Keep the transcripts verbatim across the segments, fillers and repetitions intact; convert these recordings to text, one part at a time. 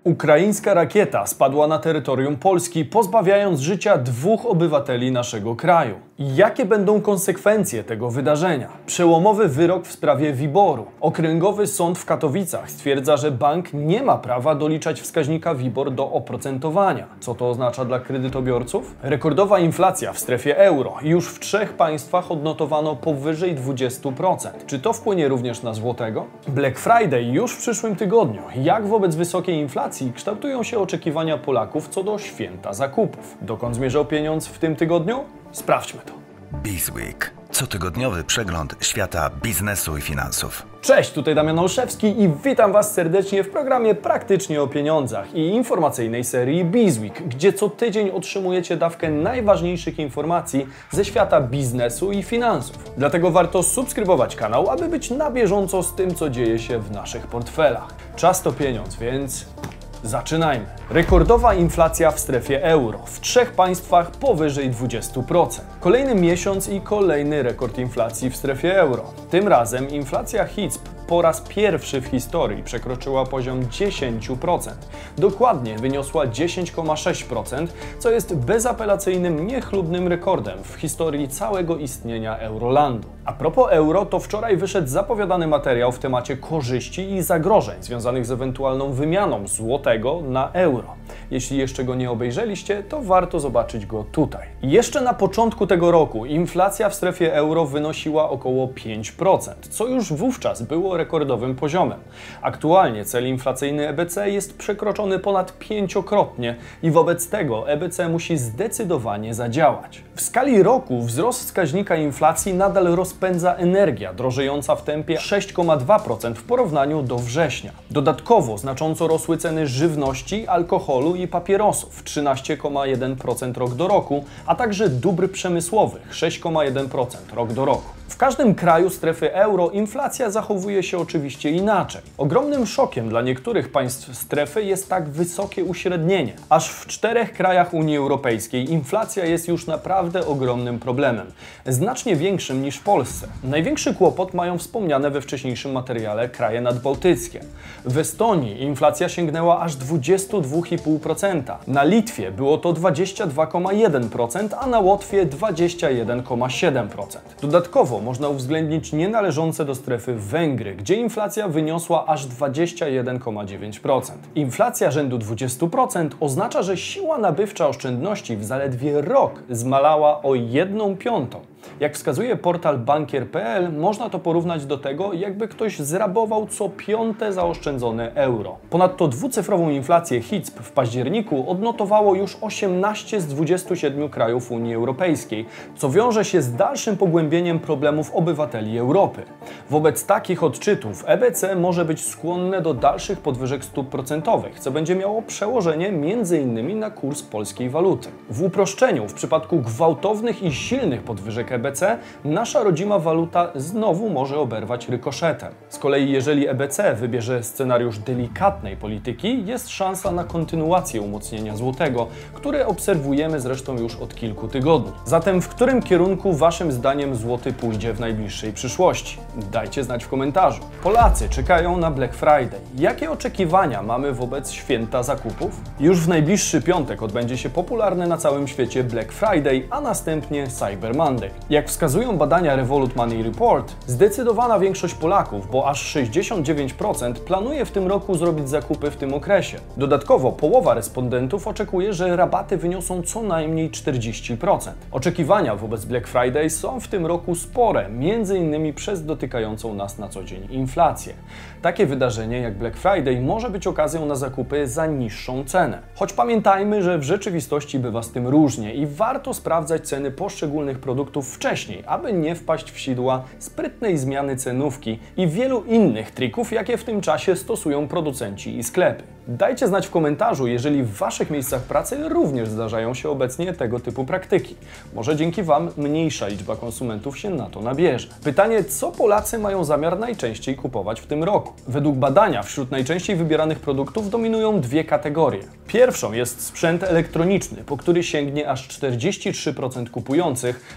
Ukraińska rakieta spadła na terytorium Polski, pozbawiając życia dwóch obywateli naszego kraju. Jakie będą konsekwencje tego wydarzenia? Przełomowy wyrok w sprawie WIBOR-u. Okręgowy Sąd w Katowicach stwierdza, że bank nie ma prawa doliczać wskaźnika WIBOR do oprocentowania. Co to oznacza dla kredytobiorców? Rekordowa inflacja w strefie euro. Już w trzech państwach odnotowano powyżej dwudziestu procent. Czy to wpłynie również na złotego? Black Friday już w przyszłym tygodniu. Jak wobec wysokiej inflacji kształtują się oczekiwania Polaków co do święta zakupów? Dokąd zmierzał pieniądz w tym tygodniu? Sprawdźmy to. Bizweek. Cotygodniowy przegląd świata biznesu i finansów. Cześć, tutaj Damian Olszewski i witam Was serdecznie w programie Praktycznie o pieniądzach i informacyjnej serii Bizweek, gdzie co tydzień otrzymujecie dawkę najważniejszych informacji ze świata biznesu i finansów. Dlatego warto subskrybować kanał, aby być na bieżąco z tym, co dzieje się w naszych portfelach. Czas to pieniądz, więc zaczynajmy. Rekordowa inflacja w strefie euro. W trzech państwach powyżej dwudziestu procent. Kolejny miesiąc i kolejny rekord inflacji w strefie euro. Tym razem inflacja H I C P po raz pierwszy w historii przekroczyła poziom dziesięć procent. Dokładnie wyniosła dziesięć przecinek sześć procent, co jest bezapelacyjnym, niechlubnym rekordem w historii całego istnienia Eurolandu. A propos euro, to wczoraj wyszedł zapowiadany materiał w temacie korzyści i zagrożeń związanych z ewentualną wymianą złotego na euro. Jeśli jeszcze go nie obejrzeliście, to warto zobaczyć go tutaj. Jeszcze na początku tego roku inflacja w strefie euro wynosiła około pięć procent, co już wówczas było rekordowym poziomem. Aktualnie cel inflacyjny E B C jest przekroczony ponad pięciokrotnie i wobec tego E B C musi zdecydowanie zadziałać. W skali roku wzrost wskaźnika inflacji nadal rozpędza energia, drożejąca w tempie sześć przecinek dwa procent w porównaniu do września. Dodatkowo znacząco rosły ceny żywności, alkoholu i papierosów trzynaście przecinek jeden procent rok do roku, a także dóbr przemysłowych sześć przecinek jeden procent rok do roku. W każdym kraju strefy euro inflacja zachowuje się oczywiście inaczej. Ogromnym szokiem dla niektórych państw strefy jest tak wysokie uśrednienie. Aż w czterech krajach Unii Europejskiej inflacja jest już naprawdę ogromnym problemem. Znacznie większym niż w Polsce. Największy kłopot mają wspomniane we wcześniejszym materiale kraje nadbałtyckie. W Estonii inflacja sięgnęła aż dwudziestu dwóch przecinek pięć procent. Na Litwie było to dwadzieścia dwa przecinek jeden procent, a na Łotwie dwadzieścia jeden przecinek siedem procent. Dodatkowo można uwzględnić nienależące do strefy Węgry, gdzie inflacja wyniosła aż dwadzieścia jeden przecinek dziewięć procent. Inflacja rzędu dwudziestu procent oznacza, że siła nabywcza oszczędności w zaledwie rok zmalała o jedną piątą. Jak wskazuje portal bankier kropka p l, można to porównać do tego, jakby ktoś zrabował co piąte zaoszczędzone euro. Ponadto dwucyfrową inflację H I C P w październiku odnotowało już osiemnaście z dwudziestu siedmiu krajów Unii Europejskiej, co wiąże się z dalszym pogłębieniem problemów obywateli Europy. Wobec takich odczytów E B C może być skłonne do dalszych podwyżek stóp procentowych, co będzie miało przełożenie między innymi na kurs polskiej waluty. W uproszczeniu, w przypadku gwałtownych i silnych podwyżek E B C, nasza rodzima waluta znowu może oberwać rykoszetem. Z kolei jeżeli E B C wybierze scenariusz delikatnej polityki, jest szansa na kontynuację umocnienia złotego, które obserwujemy zresztą już od kilku tygodni. Zatem w którym kierunku Waszym zdaniem złoty pójdzie w najbliższej przyszłości? Dajcie znać w komentarzu. Polacy czekają na Black Friday. Jakie oczekiwania mamy wobec święta zakupów? Już w najbliższy piątek odbędzie się popularny na całym świecie Black Friday, a następnie Cyber Monday. Jak wskazują badania Revolut Money Report, zdecydowana większość Polaków, bo aż sześćdziesiąt dziewięć procent, planuje w tym roku zrobić zakupy w tym okresie. Dodatkowo połowa respondentów oczekuje, że rabaty wyniosą co najmniej czterdzieści procent. Oczekiwania wobec Black Friday są w tym roku spore, między innymi przez dotykającą nas na co dzień inflację. Takie wydarzenie jak Black Friday może być okazją na zakupy za niższą cenę. Choć pamiętajmy, że w rzeczywistości bywa z tym różnie i warto sprawdzać ceny poszczególnych produktów wcześniej, aby nie wpaść w sidła sprytnej zmiany cenówki i wielu innych trików, jakie w tym czasie stosują producenci i sklepy. Dajcie znać w komentarzu, jeżeli w Waszych miejscach pracy również zdarzają się obecnie tego typu praktyki. Może dzięki Wam mniejsza liczba konsumentów się na to nabierze. Pytanie, co Polacy mają zamiar najczęściej kupować w tym roku? Według badania wśród najczęściej wybieranych produktów dominują dwie kategorie. Pierwszą jest sprzęt elektroniczny, po który sięgnie aż czterdzieści trzy procent kupujących, a drugą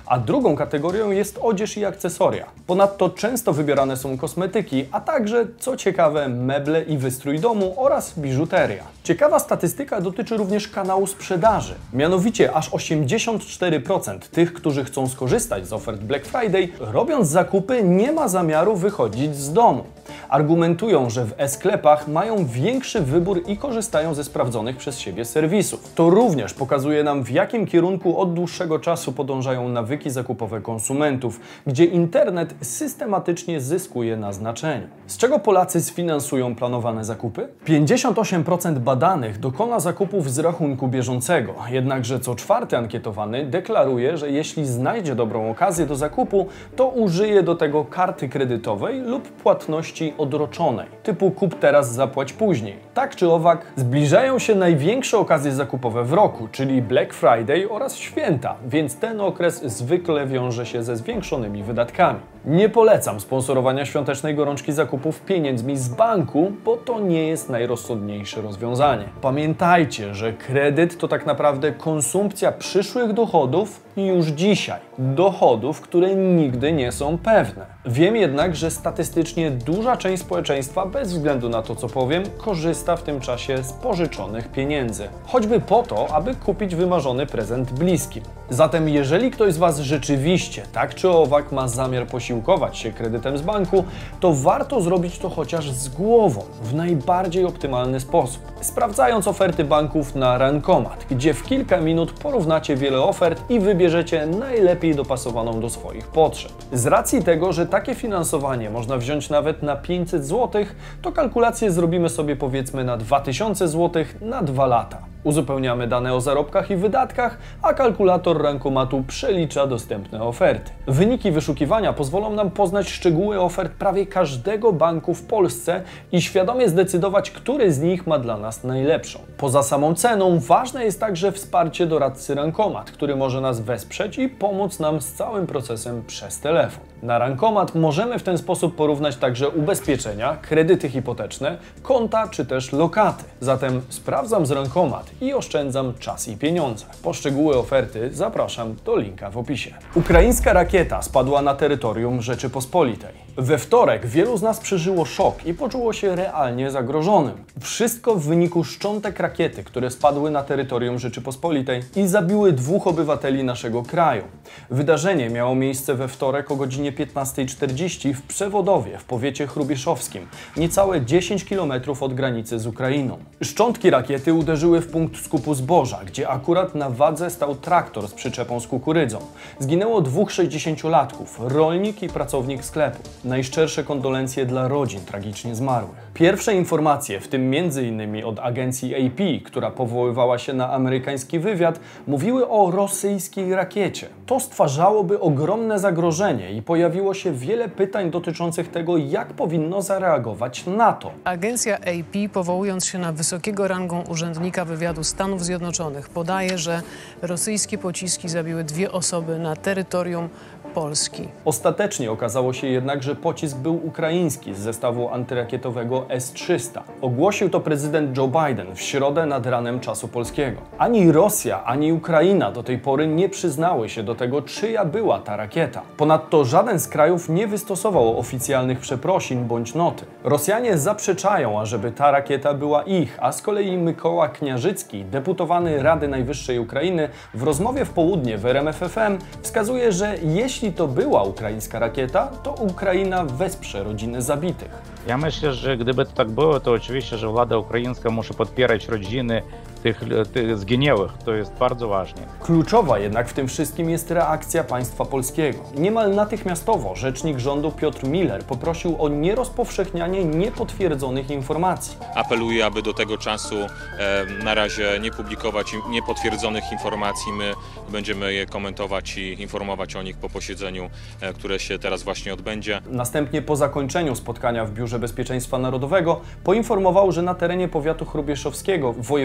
Drugą kategorią jest odzież i akcesoria. Ponadto często wybierane są kosmetyki, a także, co ciekawe, meble i wystrój domu oraz biżuteria. Ciekawa statystyka dotyczy również kanału sprzedaży. Mianowicie aż osiemdziesiąt cztery procent tych, którzy chcą skorzystać z ofert Black Friday, robiąc zakupy, nie ma zamiaru wychodzić z domu. Argumentują, że w e-sklepach mają większy wybór i korzystają ze sprawdzonych przez siebie serwisów. To również pokazuje nam, w jakim kierunku od dłuższego czasu podążają nawyki zakupowe konsumentów, gdzie internet systematycznie zyskuje na znaczeniu. Z czego Polacy sfinansują planowane zakupy? pięćdziesiąt osiem procent badanych dokona zakupów z rachunku bieżącego, jednakże co czwarty ankietowany deklaruje, że jeśli znajdzie dobrą okazję do zakupu, to użyje do tego karty kredytowej lub płatności odroczonej, typu kup teraz, zapłać później. Tak czy owak, zbliżają się największe okazje zakupowe w roku, czyli Black Friday oraz święta, więc ten okres zwykle wiąże się ze zwiększonymi wydatkami. Nie polecam sponsorowania świątecznej gorączki zakupów pieniędzmi z banku, bo to nie jest najrozsądniejsze rozwiązanie. Pamiętajcie, że kredyt to tak naprawdę konsumpcja przyszłych dochodów już dzisiaj. Dochodów, które nigdy nie są pewne. Wiem jednak, że statystycznie duża część społeczeństwa, bez względu na to, co powiem, korzysta w tym czasie z pożyczonych pieniędzy. Choćby po to, aby kupić wymarzony prezent bliskim. Zatem jeżeli ktoś z Was rzeczywiście, tak czy owak, ma zamiar posiłkować się kredytem z banku, to warto zrobić to chociaż z głową, w najbardziej optymalny sposób. Sprawdzając oferty banków na Rankomat, gdzie w kilka minut porównacie wiele ofert i wybierzecie najlepiej dopasowaną do swoich potrzeb. Z racji tego, że takie finansowanie można wziąć nawet na pięćset złotych, to kalkulację zrobimy sobie powiedzmy na dwa tysiące złotych na dwa lata. Uzupełniamy dane o zarobkach i wydatkach, a kalkulator Rankomatu przelicza dostępne oferty. Wyniki wyszukiwania pozwolą nam poznać szczegóły ofert prawie każdego banku w Polsce i świadomie zdecydować, który z nich ma dla nas najlepszą. Poza samą ceną ważne jest także wsparcie doradcy Rankomat, który może nas wesprzeć i pomóc nam z całym procesem przez telefon. Na Rankomat możemy w ten sposób porównać także ubezpieczenia, kredyty hipoteczne, konta czy też lokaty. Zatem sprawdzam z Rankomat i oszczędzam czas i pieniądze. Po szczegóły oferty zapraszam do linka w opisie. Ukraińska rakieta spadła na terytorium Rzeczypospolitej. We wtorek wielu z nas przeżyło szok i poczuło się realnie zagrożonym. Wszystko w wyniku szczątek rakiety, które spadły na terytorium Rzeczypospolitej i zabiły dwóch obywateli naszego kraju. Wydarzenie miało miejsce we wtorek o godzinie piętnastej czterdzieści w Przewodowie w powiecie chrubieszowskim, niecałe dziesięć kilometrów od granicy z Ukrainą. Szczątki rakiety uderzyły w punkt skupu zboża, gdzie akurat na wadze stał traktor z przyczepą z kukurydzą. Zginęło dwóch sześćdziesięciolatków, rolnik i pracownik sklepu. Najszczersze kondolencje dla rodzin tragicznie zmarłych. Pierwsze informacje, w tym między innymi od agencji A P, która powoływała się na amerykański wywiad, mówiły o rosyjskiej rakiecie. To stwarzałoby ogromne zagrożenie i pojawiło się wiele pytań dotyczących tego, jak powinno zareagować NATO. Agencja A P, powołując się na wysokiego rangą urzędnika wywiadu Stanów Zjednoczonych, podaje, że rosyjskie pociski zabiły dwie osoby na terytorium Polski. Ostatecznie okazało się jednak, że pocisk był ukraiński z zestawu antyrakietowego S trzysta. Ogłosił to prezydent Joe Biden w środę nad ranem czasu polskiego. Ani Rosja, ani Ukraina do tej pory nie przyznały się do tego, czyja była ta rakieta. Ponadto żaden z krajów nie wystosował oficjalnych przeprosin bądź noty. Rosjanie zaprzeczają, ażeby ta rakieta była ich, a z kolei Mykoła Kniarzycki, deputowany Rady Najwyższej Ukrainy, w rozmowie w południe w R M F F M wskazuje, że jeśli to była ukraińska rakieta, to Ukraina wesprze rodziny zabitych. Ja myślę, że gdyby to tak było, to oczywiście, że władza ukraińska musi podpierać rodziny tych, tych zginęłych. To jest bardzo ważne. Kluczowa jednak w tym wszystkim jest reakcja państwa polskiego. Niemal natychmiastowo rzecznik rządu Piotr Miller poprosił o nierozpowszechnianie niepotwierdzonych informacji. Apeluję, aby do tego czasu e, na razie nie publikować niepotwierdzonych informacji. My będziemy je komentować i informować o nich po posiedzeniu, e, które się teraz właśnie odbędzie. Następnie po zakończeniu spotkania w Biurze Bezpieczeństwa Narodowego poinformował, że na terenie powiatu chrubieszowskiego w województwie lubelskim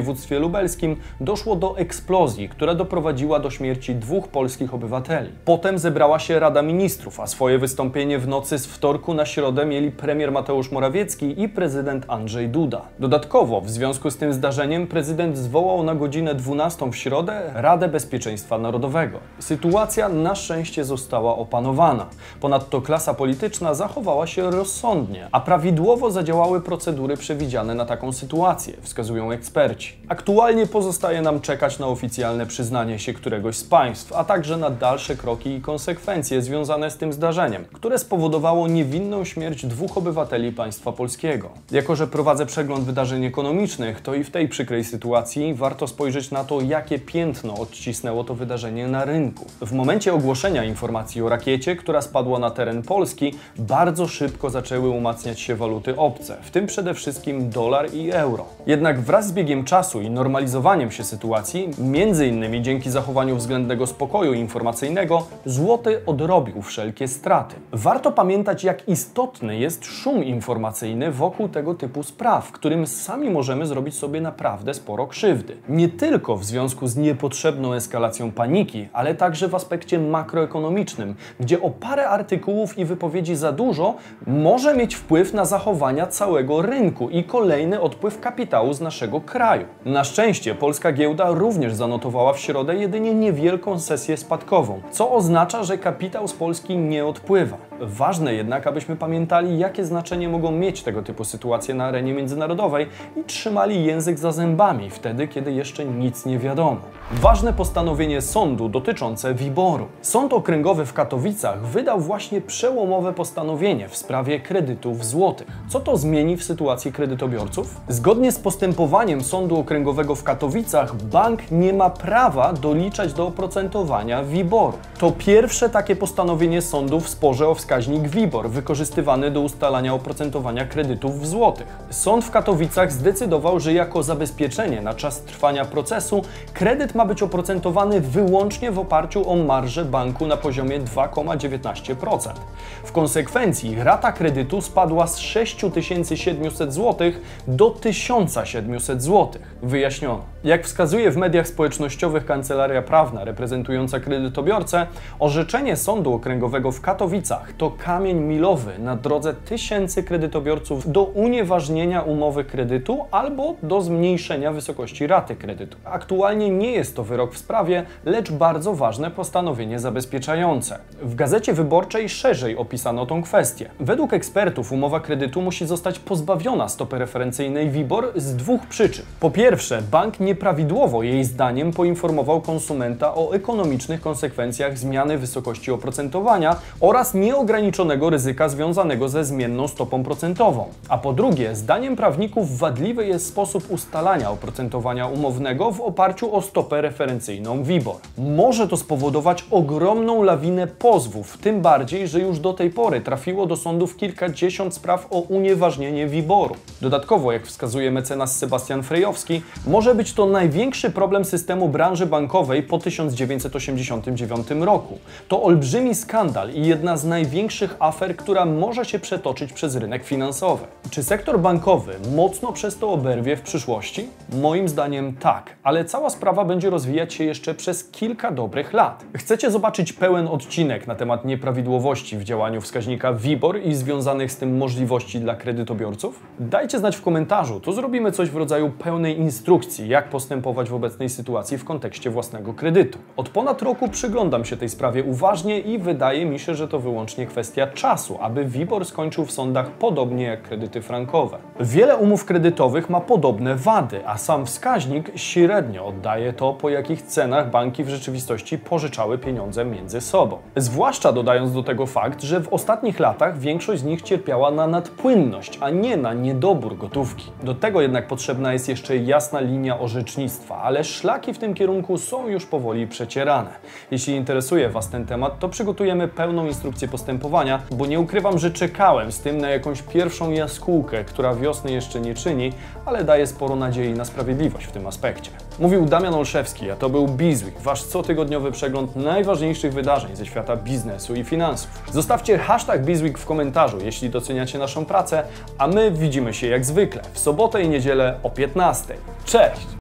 lubelskim doszło do eksplozji, która doprowadziła do śmierci dwóch polskich obywateli. Potem zebrała się Rada Ministrów, a swoje wystąpienie w nocy z wtorku na środę mieli premier Mateusz Morawiecki i prezydent Andrzej Duda. Dodatkowo w związku z tym zdarzeniem prezydent zwołał na godzinę dwunastą w środę Radę Bezpieczeństwa Narodowego. Sytuacja na szczęście została opanowana. Ponadto klasa polityczna zachowała się rozsądnie, a prawidłowo zadziałały procedury przewidziane na taką sytuację, wskazują eksperci. Aktualnie pozostaje nam czekać na oficjalne przyznanie się któregoś z państw, a także na dalsze kroki i konsekwencje związane z tym zdarzeniem, które spowodowało niewinną śmierć dwóch obywateli państwa polskiego. Jako że prowadzę przegląd wydarzeń ekonomicznych, to i w tej przykrej sytuacji warto spojrzeć na to, jakie piętno odcisnęło to wydarzenie na rynku. W momencie ogłoszenia informacji o rakiecie, która spadła na teren Polski, bardzo szybko zaczęły umacniać się waluty obce, w tym przede wszystkim dolar i euro. Jednak wraz z biegiem czasu i normalizowaniem się sytuacji, między innymi dzięki zachowaniu względnego spokoju informacyjnego, złoty odrobił wszelkie straty. Warto pamiętać, jak istotny jest szum informacyjny wokół tego typu spraw, którym sami możemy zrobić sobie naprawdę sporo krzywdy. Nie tylko w związku z niepotrzebną eskalacją paniki, ale także w aspekcie makroekonomicznym, gdzie o parę artykułów i wypowiedzi za dużo może mieć wpływ na zachowania całego rynku i kolejny odpływ kapitału z naszego kraju. Na szczęście polska giełda również zanotowała w środę jedynie niewielką sesję spadkową, co oznacza, że kapitał z Polski nie odpływa. Ważne jednak, abyśmy pamiętali, jakie znaczenie mogą mieć tego typu sytuacje na arenie międzynarodowej i trzymali język za zębami wtedy, kiedy jeszcze nic nie wiadomo. Ważne postanowienie sądu dotyczące WIBOR-u. Sąd Okręgowy w Katowicach wydał właśnie przełomowe postanowienie w sprawie kredytów złotych. Co to zmieni w sytuacji kredytobiorców? Zgodnie z postępowaniem Sądu Okręgowego w Katowicach bank nie ma prawa doliczać do oprocentowania WIBOR-u. To pierwsze takie postanowienie sądu w sporze o wskaźnik WIBOR wykorzystywany do ustalania oprocentowania kredytów w złotych. Sąd w Katowicach zdecydował, że jako zabezpieczenie na czas trwania procesu kredyt ma być oprocentowany wyłącznie w oparciu o marżę banku na poziomie dwa przecinek dziewiętnaście procent. W konsekwencji rata kredytu spadła z sześć tysięcy siedemset złotych do tysiąc siedemset złotych. Wyjaśniono. Jak wskazuje w mediach społecznościowych Kancelaria Prawna reprezentująca kredytobiorcę, orzeczenie Sądu Okręgowego w Katowicach to kamień milowy na drodze tysięcy kredytobiorców do unieważnienia umowy kredytu albo do zmniejszenia wysokości raty kredytu. Aktualnie nie jest to wyrok w sprawie, lecz bardzo ważne postanowienie zabezpieczające. W Gazecie Wyborczej szerzej opisano tą kwestię. Według ekspertów umowa kredytu musi zostać pozbawiona stopy referencyjnej WIBOR z dwóch przyczyn. Po pierwsze, bank nieprawidłowo jej zdaniem poinformował konsumenta o ekonomicznych konsekwencjach zmiany wysokości oprocentowania oraz nieograniczonego ryzyka związanego ze zmienną stopą procentową. A po drugie, zdaniem prawników wadliwy jest sposób ustalania oprocentowania umownego w oparciu o stopę referencyjną WIBOR. Może to spowodować ogromną lawinę pozwów, tym bardziej, że już do tej pory trafiło do sądów kilkadziesiąt spraw o unieważnienie WIBOR-u. Dodatkowo, jak wskazuje mecenas Sebastian Frejowski, może być to największy problem systemu branży bankowej po tysiąc dziewięćset osiemdziesiątym dziewiątym roku. To olbrzymi skandal i jedna z największych afer, która może się przetoczyć przez rynek finansowy. Czy sektor bankowy mocno przez to oberwie w przyszłości? Moim zdaniem tak, ale cała sprawa będzie rozwijać się jeszcze przez kilka dobrych lat. Chcecie zobaczyć pełen odcinek na temat nieprawidłowości w działaniu wskaźnika WIBOR i związanych z tym możliwości dla kredytobiorców? Dajcie znać w komentarzu, to zrobimy coś w rodzaju pełnej instrukcji, jak postępować w obecnej sytuacji w kontekście własnego kredytu. Od ponad roku przyglądam się tej sprawie uważnie i wydaje mi się, że to wyłącznie kwestia czasu, aby WIBOR skończył w sądach podobnie jak kredyty frankowe. Wiele umów kredytowych ma podobne wady, a sam wskaźnik średnio oddaje to, po jakich cenach banki w rzeczywistości pożyczały pieniądze między sobą. Zwłaszcza dodając do tego fakt, że w ostatnich latach większość z nich cierpiała na nadpłynność, a nie na niedobór gotówki. Do tego jednak potrzebna jest jeszcze jasna linia orzecznictwa, ale szlaki w tym kierunku są już powoli przecierane. Jeśli interesuje Was ten temat, to przygotujemy pełną instrukcję postępowania, bo nie ukrywam, że czekałem z tym na jakąś pierwszą jaskółkę, która wiosny jeszcze nie czyni, ale daje sporo nadziei na sprawiedliwość w tym aspekcie. Mówił Damian Olszewski, a to był Bizweek, Wasz cotygodniowy przegląd najważniejszych wydarzeń ze świata biznesu i finansów. Zostawcie hashtag Bizweek w komentarzu, jeśli doceniacie naszą pracę, a my widzimy się jak zwykle w sobotę i niedzielę o piętnastej. Cześć!